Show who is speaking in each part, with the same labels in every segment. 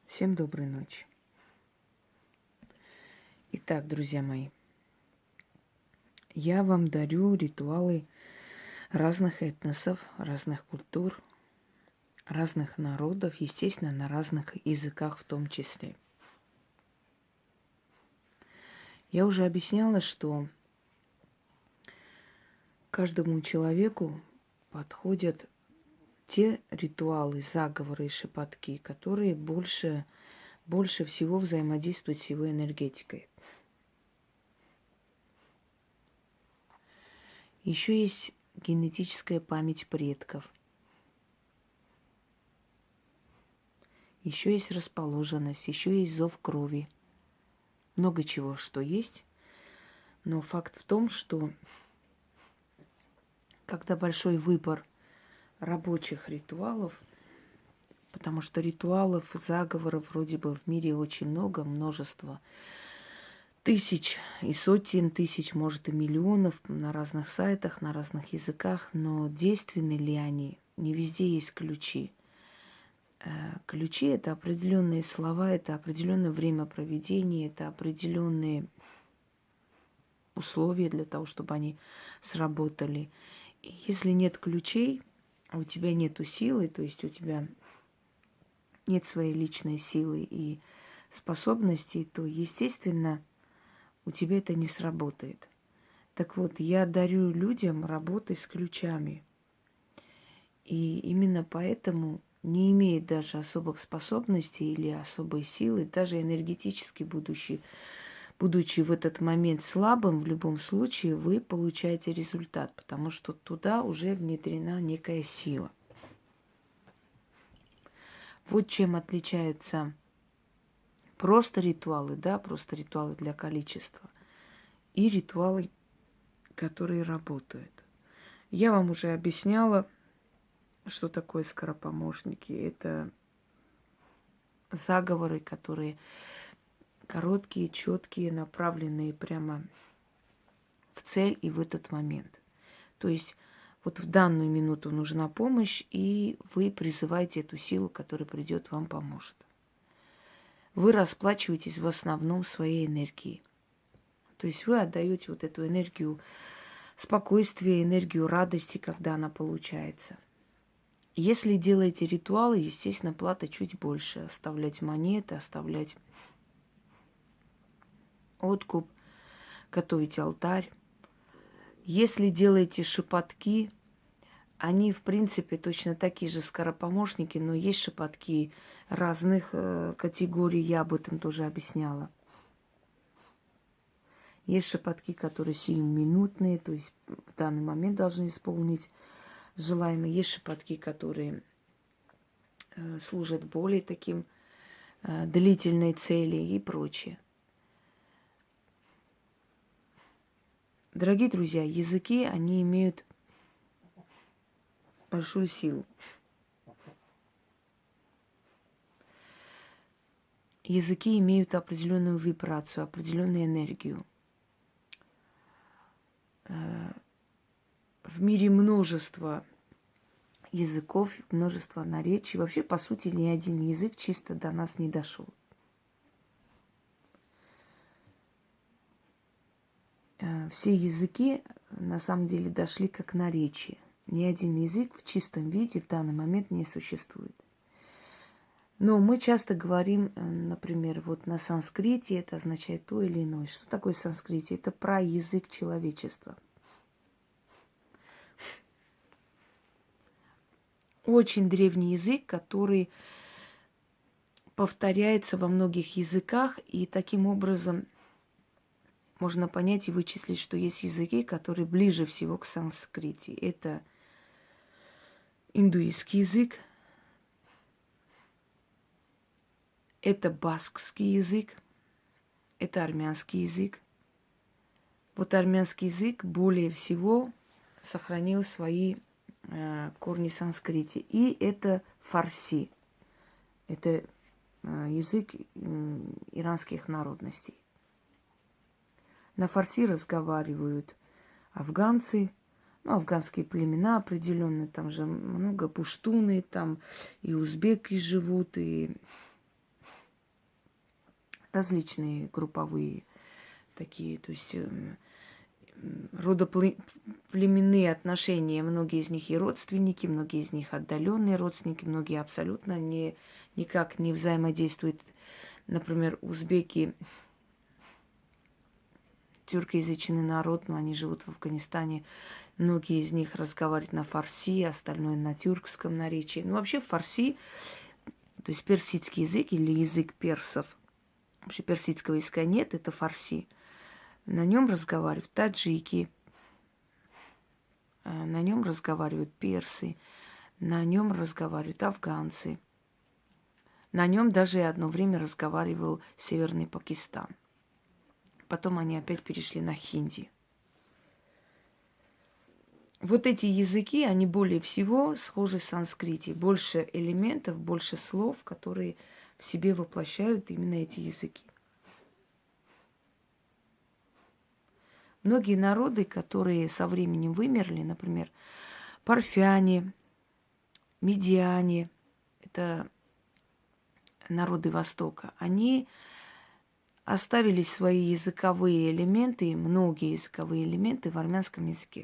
Speaker 1: Всем доброй ночи. Итак, друзья мои, я вам дарю ритуалы разных этносов, разных культур, разных народов, естественно, на разных языках в том числе. Я уже объясняла, что каждому человеку подходят те ритуалы, заговоры и шепотки, которые больше всего взаимодействуют с его энергетикой. Еще есть генетическая память предков. Еще есть расположенность, еще есть зов крови. Много чего, что есть. Но факт в том, что когда большой выбор рабочих ритуалов, потому что ритуалов, заговоров вроде бы в мире очень много, множество, тысяч и сотен тысяч, может и миллионов на разных сайтах, на разных языках, но действенны ли они? Не везде есть ключи. Ключи – это определенные слова, это определенное время проведения, это определенные условия для того, чтобы они сработали. И если нет ключей, а у тебя нету силы, то есть у тебя нет своей личной силы и способностей, то, естественно, у тебя это не сработает. Так вот, я дарю людям работы с ключами. И именно поэтому, не имея даже особых способностей или особой силы, даже энергетически будучи в этот момент слабым, в любом случае вы получаете результат, потому что туда уже внедрена некая сила. Вот чем отличаются просто ритуалы, да, просто ритуалы для количества, и ритуалы, которые работают. Я вам уже объясняла, что такое скоропомощники. Это заговоры, которые короткие, четкие, направленные прямо в цель и в этот момент. То есть вот в данную минуту нужна помощь, и вы призываете эту силу, которая придет, вам поможет. Вы расплачиваетесь в основном своей энергией. То есть вы отдаете вот эту энергию спокойствия, энергию радости, когда она получается. Если делаете ритуалы, естественно, плата чуть больше. Оставлять монеты, оставлять откуп, готовить алтарь. Если делаете шепотки, они, в принципе, точно такие же скоропомощники, но есть шепотки разных категорий, я об этом тоже объясняла. Есть шепотки, которые сиюминутные, то есть в данный момент должны исполнить желаемое. Есть шепотки, которые служат более таким длительной цели и прочее. Дорогие друзья, языки, они имеют большую силу. Языки имеют определенную вибрацию, определенную энергию. В мире множество языков, множество наречий. Вообще, по сути, ни один язык чисто до нас не дошел. Все языки на самом деле дошли как наречие. Ни один язык в чистом виде в данный момент не существует. Но мы часто говорим, например, вот на санскрите это означает то или иное. Что такое санскрите? Это праязык человечества. Очень древний язык, который повторяется во многих языках, и таким образом можно понять и вычислить, что есть языки, которые ближе всего к санскрите. Это индуистский язык, это баскский язык, это армянский язык. Вот армянский язык более всего сохранил свои корни в санскрите. И это фарси. Это язык иранских народностей. На фарси разговаривают афганцы, афганские племена определенно, там же много пуштуны, там и узбеки живут, и различные групповые такие, то есть родоплеменные отношения. Многие из них и родственники, многие из них отдаленные родственники, многие абсолютно никак не взаимодействуют. Например, узбеки, тюркоязычный народ, но они живут в Афганистане. Многие из них разговаривают на фарси, остальное на тюркском наречии. Ну, вообще фарси, то есть персидский язык или язык персов, вообще персидского языка нет, это фарси. На нем разговаривают таджики, на нем разговаривают персы, на нем разговаривают афганцы. На нем даже одно время разговаривал Северный Пакистан. Потом они опять перешли на хинди. Вот эти языки, они более всего схожи с санскрите. Больше элементов, больше слов, которые в себе воплощают именно эти языки. Многие народы, которые со временем вымерли, например, парфяне, медиане, это народы Востока, они оставили свои языковые элементы, многие языковые элементы в армянском языке.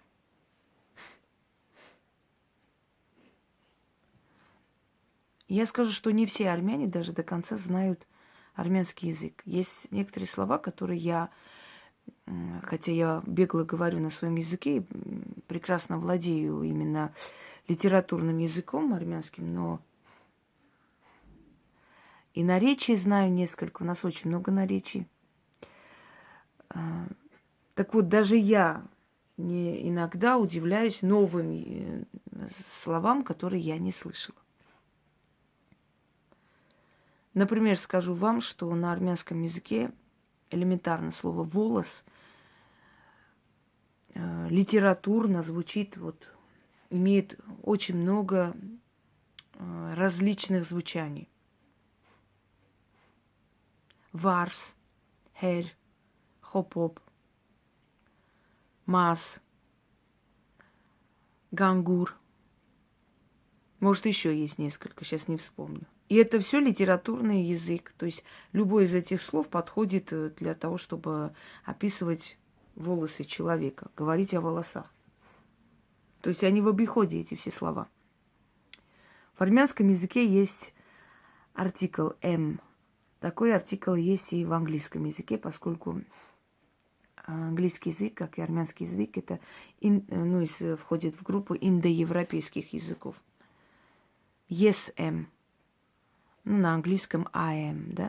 Speaker 1: Я скажу, что не все армяне даже до конца знают армянский язык. Есть некоторые слова, которые я, хотя я бегло говорю на своем языке, прекрасно владею именно литературным языком армянским, но и наречий знаю несколько, у нас очень много наречий. Так вот, даже я иногда удивляюсь новым словам, которые я не слышала. Например, скажу вам, что на армянском языке элементарно слово «волос» литературно звучит, вот, имеет очень много различных звучаний. Варс, хер, хопоп, мас, гангур. Может, еще есть несколько, сейчас не вспомню. И это все литературный язык. То есть любой из этих слов подходит для того, чтобы описывать волосы человека, говорить о волосах. То есть они в обиходе, эти все слова. В армянском языке есть артикл «м». Такой артикл есть и в английском языке, поскольку английский язык, как и армянский язык, это входит в группу индоевропейских языков. Yes, M. Ну, на английском I am, да?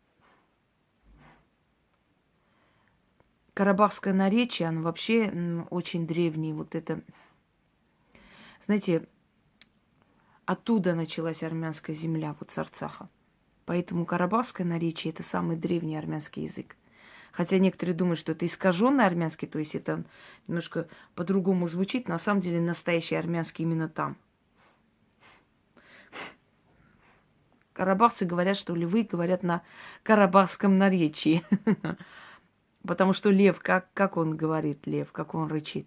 Speaker 1: Карабахское наречие, оно вообще очень древнее. Вот это, знаете, оттуда началась армянская земля, вот с Арцаха. Поэтому карабахское наречие – это самый древний армянский язык. Хотя некоторые думают, что это искаженный армянский, то есть это немножко по-другому звучит. На самом деле настоящий армянский именно там. Карабахцы говорят, что львы говорят на карабахском наречии. Потому что лев, как он говорит, лев, как он рычит?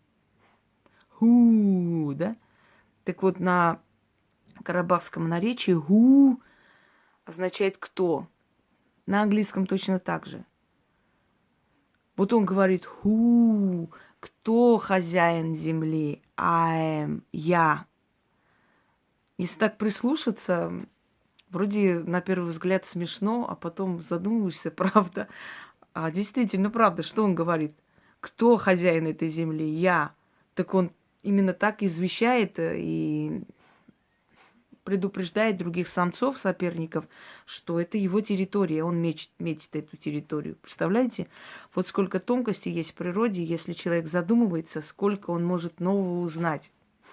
Speaker 1: Ху, да? Так вот, на карабахском наречии ху означает кто. На английском точно так же. Вот он говорит ху, кто хозяин земли? I am, я. Если так прислушаться, вроде на первый взгляд смешно, а потом задумываешься, правда. А действительно, правда, что он говорит? Кто хозяин этой земли? Я. Так он именно так извещает и предупреждает других самцов, соперников, что это его территория, он метит эту территорию. Представляете? Вот сколько тонкостей есть в природе, если человек задумывается, сколько он может нового узнать.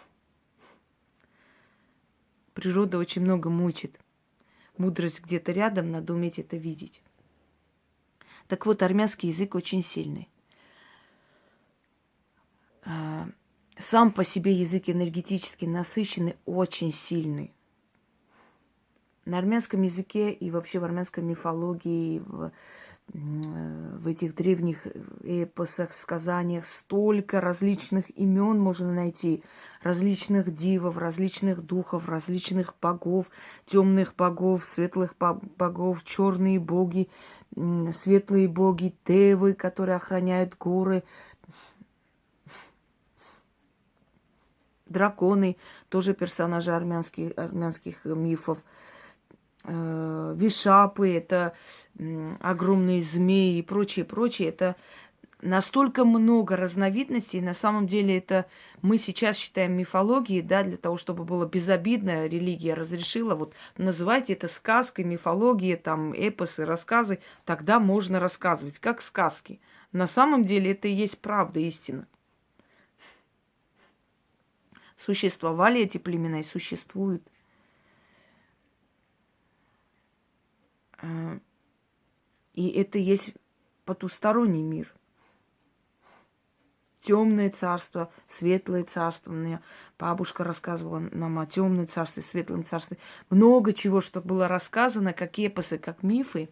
Speaker 1: Природа очень много мучит. Мудрость где-то рядом, надо уметь это видеть. Так вот, армянский язык очень сильный. Сам по себе язык энергетически насыщенный, очень сильный. На армянском языке и вообще в армянской мифологии, в в этих древних эпосах, сказаниях столько различных имен можно найти, различных дивов, различных духов, различных богов, темных богов, светлых богов, черные боги, светлые боги, девы, которые охраняют горы, драконы, тоже персонажи армянских мифов. Вишапы, это огромные змеи и прочее, прочее. Это настолько много разновидностей. На самом деле это мы сейчас считаем мифологией, да, для того, чтобы было безобидно, религия разрешила. Вот называйте это сказкой, мифологией, там, эпосы, рассказы. Тогда можно рассказывать, как сказки. На самом деле это и есть правда, истина. Существовали эти племена и существуют. И это и есть потусторонний мир. Темное царство, светлое царство. Мне бабушка рассказывала нам о темном царстве, светлом царстве. Много чего, что было рассказано, как эпосы, как мифы,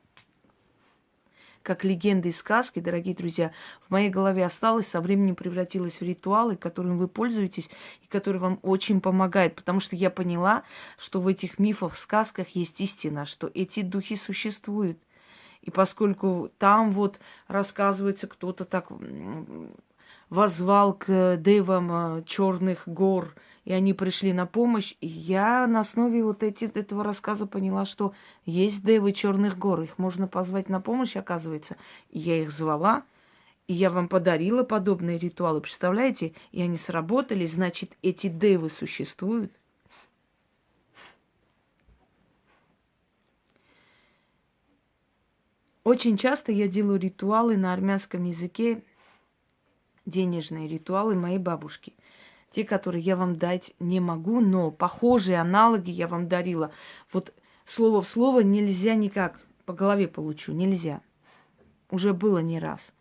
Speaker 1: как легенды и сказки, дорогие друзья, в моей голове осталось, со временем превратилось в ритуалы, которыми вы пользуетесь и которые вам очень помогают. Потому что я поняла, что в этих мифах, сказках есть истина, что эти духи существуют. И поскольку там вот рассказывается, кто-то так воззвал к девам черных гор, и они пришли на помощь, и я на основе вот этого рассказа поняла, что есть девы черных гор, их можно позвать на помощь, оказывается. И я их звала, и я вам подарила подобные ритуалы, представляете? И они сработали, значит, эти девы существуют. Очень часто я делаю ритуалы на армянском языке, денежные ритуалы моей бабушки. Те, которые я вам дать не могу, но похожие аналоги я вам дарила. Вот слово в слово нельзя никак. По голове получу, нельзя. Уже было не раз.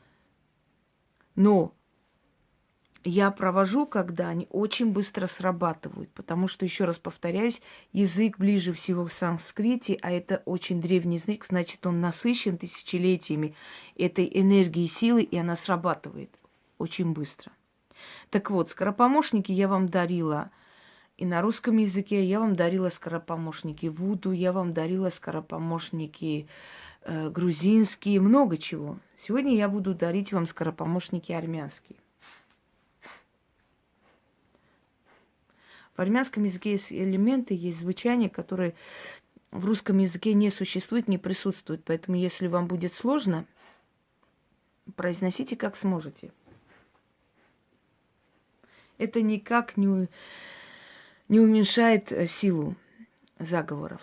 Speaker 1: Но я провожу, когда они очень быстро срабатывают. Потому что, еще раз повторяюсь, язык ближе всего к санскрите, а это очень древний язык, значит, он насыщен тысячелетиями этой энергией, силы, и она срабатывает очень быстро. Так вот, скоропомощники я вам дарила и на русском языке, я вам дарила скоропомощники вуду, я вам дарила скоропомощники грузинские, много чего. Сегодня я буду дарить вам скоропомощники армянские. В армянском языке есть элементы, есть звучания, которые в русском языке не существуют, не присутствуют. Поэтому, если вам будет сложно, произносите как сможете. Это никак не уменьшает силу заговоров.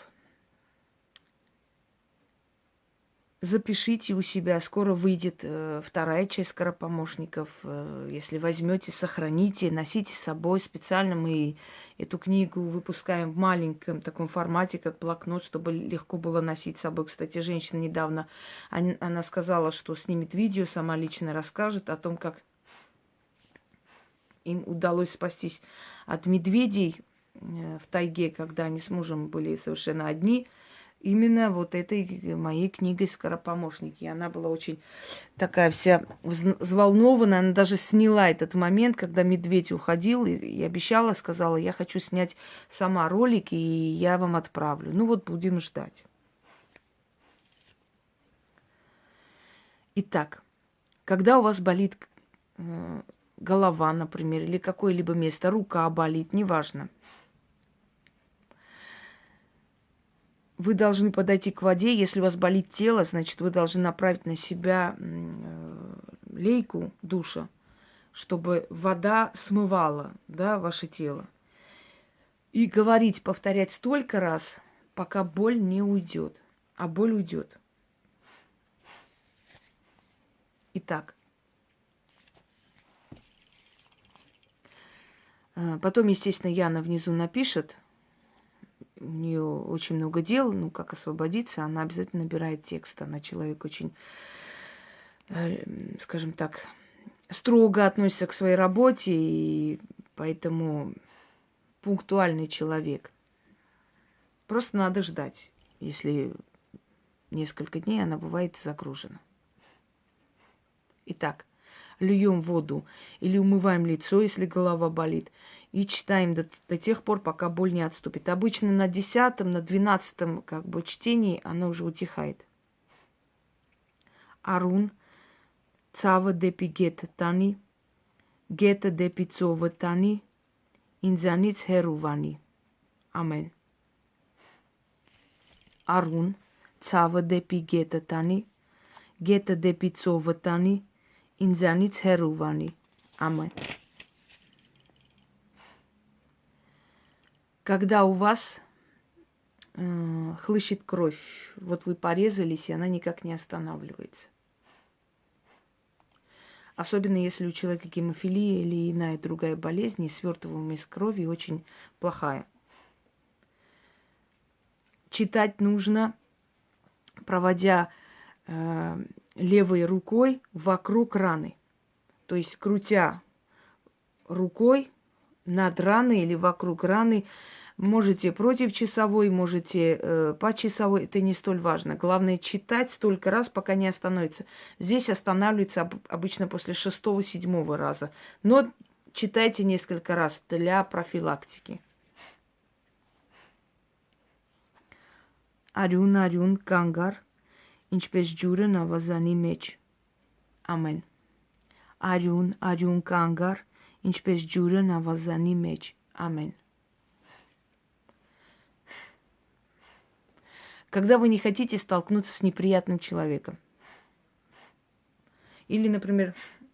Speaker 1: Запишите у себя, скоро выйдет вторая часть скоропомощников. Если возьмете, сохраните, носите с собой. Специально мы эту книгу выпускаем в маленьком таком формате, как блокнот, чтобы легко было носить с собой. Кстати, женщина недавно, она сказала, что снимет видео, сама лично расскажет о том, как им удалось спастись от медведей в тайге, когда они с мужем были совершенно одни. Именно вот этой моей книгой «Скоропомощники». И она была очень такая вся взволнована. Она даже сняла этот момент, когда медведь уходил, и обещала, сказала, я хочу снять сама ролик, и я вам отправлю. Ну вот будем ждать. Итак, когда у вас болит голова, например, или какое-либо место, рука болит, неважно. Вы должны подойти к воде. Если у вас болит тело, значит, вы должны направить на себя лейку душа, чтобы вода смывала, да, ваше тело. И говорить, повторять столько раз, пока боль не уйдет. А боль уйдет. Итак. Потом, естественно, Яна внизу напишет. У нее очень много дел, ну, как освободиться, она обязательно набирает текст. Она человек очень, скажем так, строго относится к своей работе, и поэтому пунктуальный человек. Просто надо ждать, если несколько дней она бывает загружена. Итак, льем воду или умываем лицо, если голова болит, и читаем до тех пор, пока боль не отступит. Обычно на 10-м, на 12-м чтении она уже утихает. Арун, цава депи гета тани, гета депи цова тани, инзаниц херувани. Амен. Арун, цава депи гета тани, гета депи цова тани, инзаниц херувани. Амен. Когда у вас хлыщет кровь, вот вы порезались, и она никак не останавливается. Особенно если у человека гемофилия или иная другая болезнь, и свертываемость крови очень плохая. Читать нужно, проводя левой рукой вокруг раны. То есть крутя рукой над раной или вокруг раны. Можете против часовой, можете по часовой, это не столь важно. Главное читать столько раз, пока не остановится. Здесь останавливается обычно после 6-7 раза. Но читайте несколько раз для профилактики. Արյուն, արյուն, կանգար, ինչպես ջուրը նավազանի մեջ։ Ամեն։ Արյուն, արյուն, կանգար, ինչպես ջուրը նավազանի մեջ։ Ամեն։ Когда вы не хотите столкнуться с неприятным человеком. Или, например,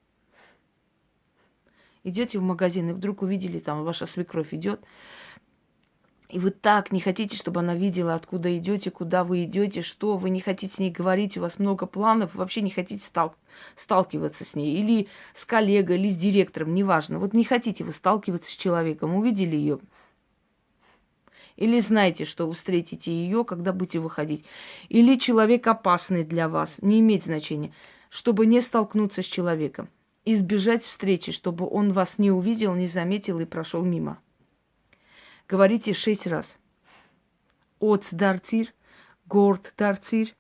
Speaker 1: идете в магазин, и вдруг увидели, там ваша свекровь идет, и вы так не хотите, чтобы она видела, откуда идете, куда вы идете, что вы не хотите с ней говорить, у вас много планов, вы вообще не хотите сталкиваться с ней, или с коллегой, или с директором, неважно. Вот не хотите вы сталкиваться с человеком, увидели ее, или знаете, что вы встретите ее, когда будете выходить, или человек опасный для вас, не имеет значения, чтобы не столкнуться с человеком, избежать встречи, чтобы он вас не увидел, не заметил и прошел мимо. Говорите 6 раз. Оц дартир, горд дартир,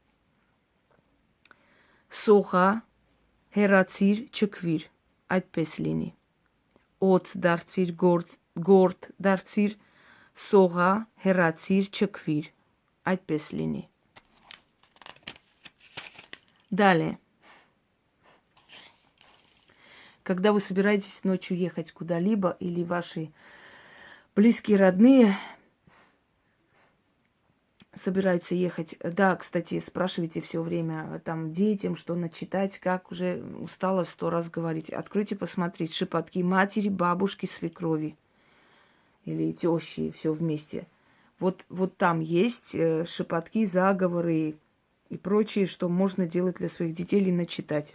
Speaker 1: соха, херацир, чеквир. Այդպես լինի. Օց դարձիր, գործ դարձիր, սողա, հեռացիր, չքվիր. Այդպես լինի. Далее. Когда вы собираетесь ночью ехать куда-либо, или ваши близкие, родные собираются ехать. Да, кстати, спрашивайте все время там детям, что начитать, как уже устала 100 раз говорить. Откройте, посмотреть. Шепотки матери, бабушки, свекрови или тещи, все вместе. Вот там есть шепотки, заговоры и прочее, что можно делать для своих детей или начитать.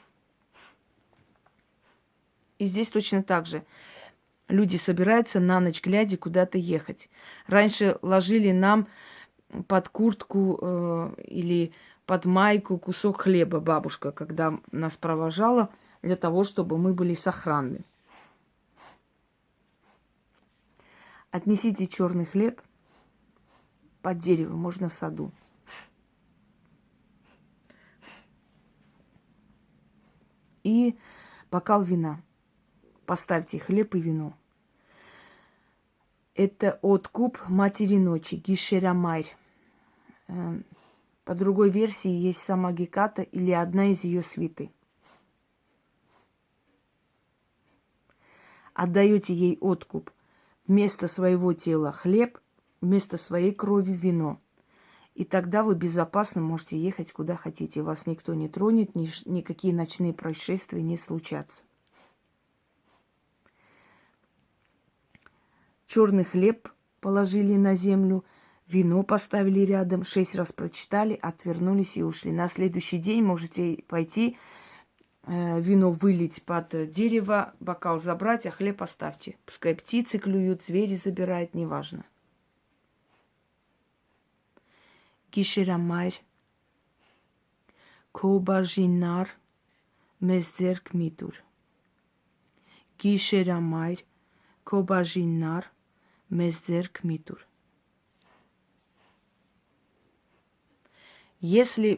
Speaker 1: И здесь точно так же. Люди собираются на ночь глядя куда-то ехать. Раньше ложили нам под куртку или под майку кусок хлеба бабушка, когда нас провожала, для того, чтобы мы были сохранны. Отнесите черный хлеб под дерево, можно в саду. И бокал вина. Поставьте хлеб и вино. Это откуп матери ночи, Гишерамайр. По другой версии есть сама Геката или одна из ее свиты. Отдаете ей откуп. Вместо своего тела хлеб, вместо своей крови вино. И тогда вы безопасно можете ехать куда хотите. Вас никто не тронет, никакие ночные происшествия не случатся. Черный хлеб положили на землю, вино поставили рядом, 6 раз прочитали, отвернулись и ушли. На следующий день можете пойти, вино вылить под дерево, бокал забрать, а хлеб оставьте. Пускай птицы клюют, звери забирают, неважно. Гишерамайр, Кобажинар, Меззерк Митур. Гишерамайр, Кобажинар, Меззерк Митур. Если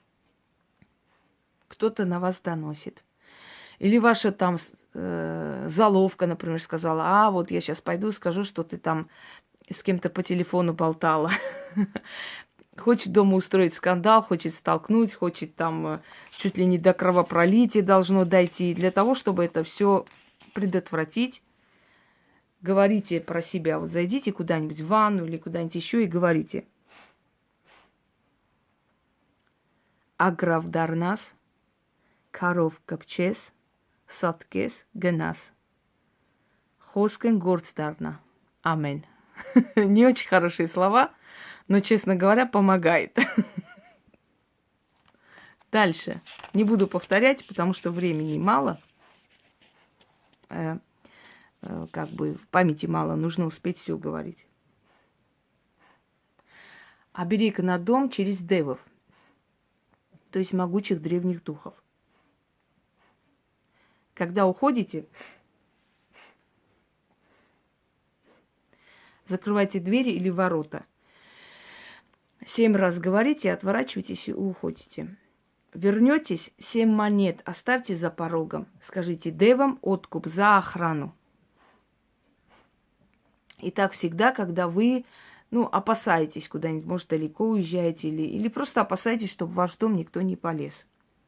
Speaker 1: кто-то на вас доносит, или ваша там заловка, например, сказала, а вот я сейчас пойду скажу, что ты там с кем-то по телефону болтала. Хочет дома устроить скандал, хочет столкнуть, хочет там чуть ли не до кровопролития должно дойти. Для того, чтобы это все предотвратить, говорите про себя. Вот зайдите куда-нибудь в ванну или куда-нибудь еще и говорите. Агравдарнас, коров копчес, саткес генас. Хоскен горцдарна. Амин. Не очень хорошие слова, но, честно говоря, помогает. Дальше. Не буду повторять, потому что времени мало. Как бы в памяти мало, нужно успеть все говорить. Оберег на дом через девов, то есть могучих древних духов. Когда уходите, закрывайте двери или ворота. 7 раз говорите, отворачивайтесь и уходите. Вернетесь, 7 монет оставьте за порогом. Скажите девам откуп за охрану. И так всегда, когда вы, опасаетесь куда-нибудь, может, далеко уезжаете или просто опасаетесь, чтобы в ваш дом никто не полез.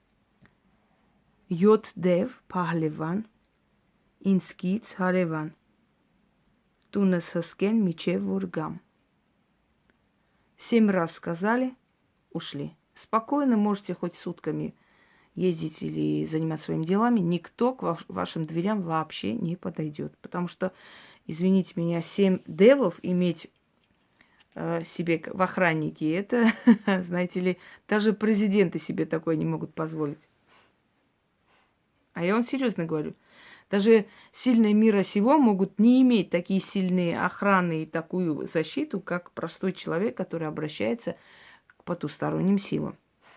Speaker 1: Йод дев пахлеван, инскиц хареван. Тунес хаскен мичев вургам. 7 раз сказали, ушли. Спокойно можете хоть сутками ездить или заниматься своими делами. Никто к вашим дверям вообще не подойдет. Потому что, извините меня, 7 девов иметь себе в охраннике, это, знаете ли, даже президенты себе такое не могут позволить. А я вам серьезно говорю. Даже сильные мира сего могут не иметь такие сильные охраны и такую защиту, как простой человек, который обращается к потусторонним силам.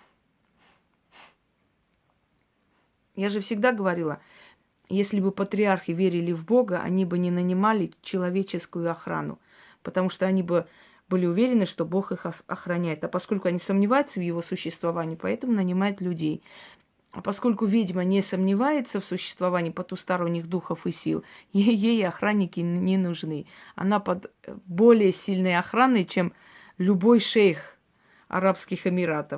Speaker 1: Я же всегда говорила, если бы патриархи верили в Бога, они бы не нанимали человеческую охрану, потому что они бы были уверены, что Бог их охраняет. А поскольку они сомневаются в его существовании, поэтому нанимают людей. А поскольку ведьма не сомневается в существовании потусторонних духов и сил, ей охранники не нужны. Она под более сильной охраной, чем любой шейх Арабских Эмиратов.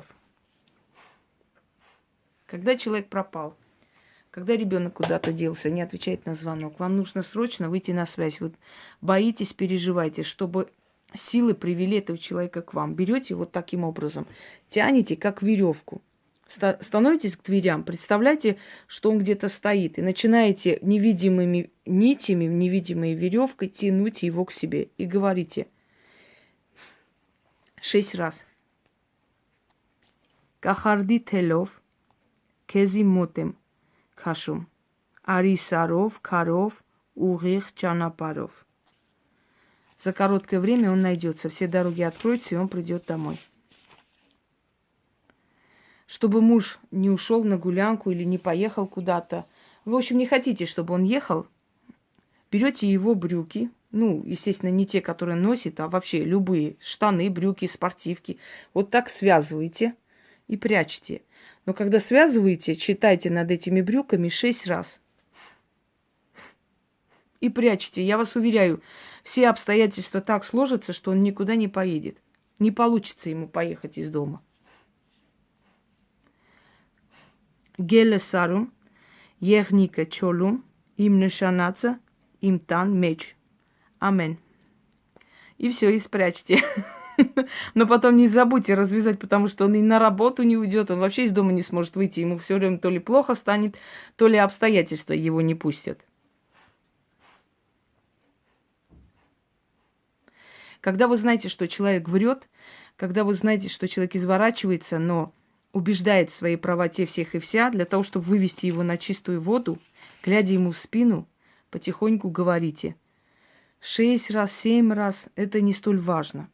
Speaker 1: Когда человек пропал, когда ребенок куда-то делся, не отвечает на звонок, вам нужно срочно выйти на связь. Вы боитесь, переживаете, чтобы силы привели этого человека к вам. Берете вот таким образом, тянете как веревку. Становитесь к дверям, представляете, что он где-то стоит, и начинаете невидимыми нитями, невидимой веревкой тянуть его к себе. И говорите 6 раз. Кахарди телов, кези мотем, кашум, арисаров, каров, угих чанапаров. За короткое время он найдется, все дороги откроются, и он придет домой. Чтобы муж не ушел на гулянку или не поехал куда-то. Вы, в общем, не хотите, чтобы он ехал. Берете его брюки, естественно, не те, которые он носит, а вообще любые штаны, брюки, спортивки. Вот так связываете и прячете. Но когда связываете, читайте над этими брюками 6 раз. И прячете. Я вас уверяю, все обстоятельства так сложатся, что он никуда не поедет. Не получится ему поехать из дома. Гелесарум, ехника чолум, им нешанаца, им тан меч. Амен. И все, и спрячьте. Но потом не забудьте развязать, потому что он и на работу не уйдет, он вообще из дома не сможет выйти. Ему все время то ли плохо станет, то ли обстоятельства его не пустят. Когда вы знаете, что человек врет, когда вы знаете, что человек изворачивается, но убеждает в своей правоте всех и вся, для того, чтобы вывести его на чистую воду, глядя ему в спину, потихоньку говорите. 6 раз, 7 раз – это не столь важно.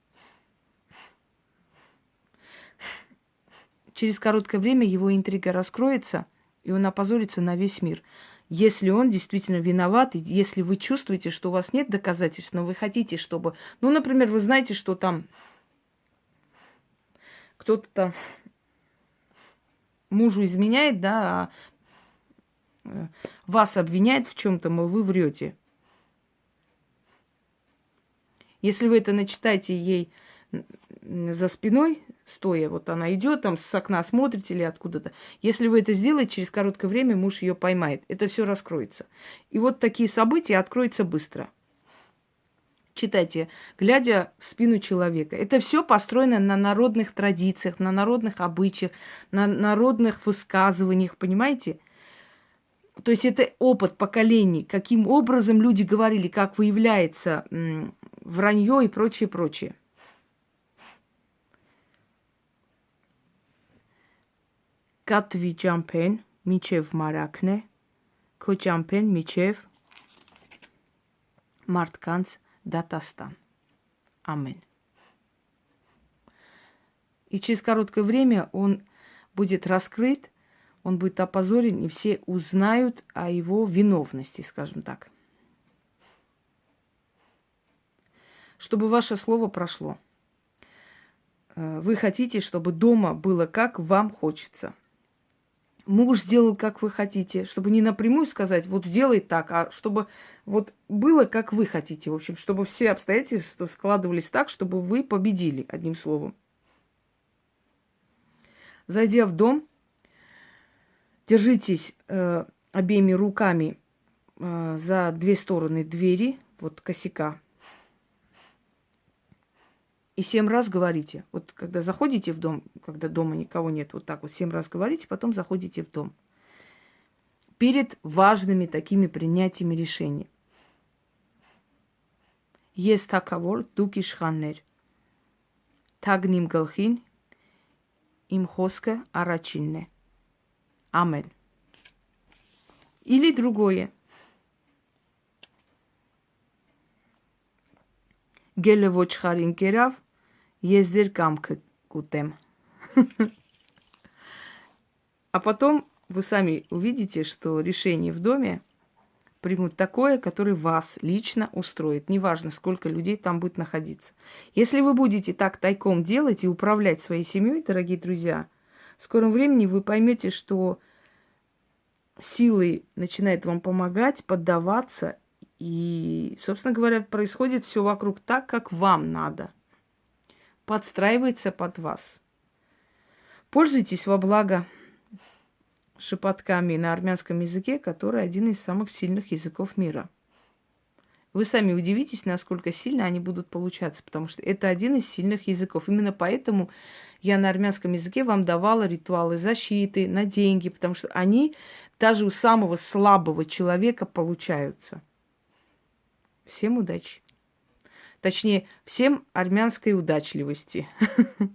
Speaker 1: Через короткое время его интрига раскроется, и он опозорится на весь мир. Если он действительно виноват, и если вы чувствуете, что у вас нет доказательств, но вы хотите, чтобы... например, вы знаете, что там кто-то там мужу изменяет, да, а вас обвиняет в чем-то, мол, вы врете. Если вы это начитаете ей за спиной, стоя, вот она идет там с окна смотрит или откуда-то. Если вы это сделаете, через короткое время муж ее поймает. Это все раскроется. И вот такие события откроются быстро. Читайте, глядя в спину человека. Это все построено на народных традициях, на народных обычаях, на народных высказываниях, понимаете? То есть это опыт поколений, каким образом люди говорили, как выявляется вранье и прочее, прочее. Կատվի ճամփեն միջև մարակն է, քո ճամփեն միջև մարդկանց դատաստան. Амен. И через короткое время он будет раскрыт, он будет опозорен, и все узнают о его виновности, скажем так. Чтобы ваше слово прошло. Вы хотите, чтобы дома было как вам хочется. Муж сделал, как вы хотите, чтобы не напрямую сказать, вот сделай так, а чтобы вот было, как вы хотите. В общем, чтобы все обстоятельства складывались так, чтобы вы победили, одним словом. Зайдя в дом, держитесь обеими руками за две стороны двери, вот косяка. И 7 раз говорите. Вот когда заходите в дом, когда дома никого нет, вот так вот 7 раз говорите, потом заходите в дом. Перед важными такими принятиями решений. Ես թագավոր, դուք իշխաններ. Թագն իմ գլխին, իմ խոսքը առաջինն է. Амен. Или другое. Գելը ոչխարին կերավ, ես ձեր կամքը կուտեմ. А потом вы сами увидите, что решение в доме примут такое, которое вас лично устроит. Неважно, сколько людей там будет находиться. Если вы будете так тайком делать и управлять своей семьей, дорогие друзья, в скором времени вы поймете, что силы начинают вам помогать, поддаваться. И, собственно говоря, происходит все вокруг так, как вам надо. Подстраивается под вас. Пользуйтесь во благо шепотками на армянском языке, который один из самых сильных языков мира. Вы сами удивитесь, насколько сильно они будут получаться, потому что это один из сильных языков. Именно поэтому я на армянском языке вам давала ритуалы защиты на деньги, потому что они даже у самого слабого человека получаются. Всем удачи. Точнее, всем армянской удачливости.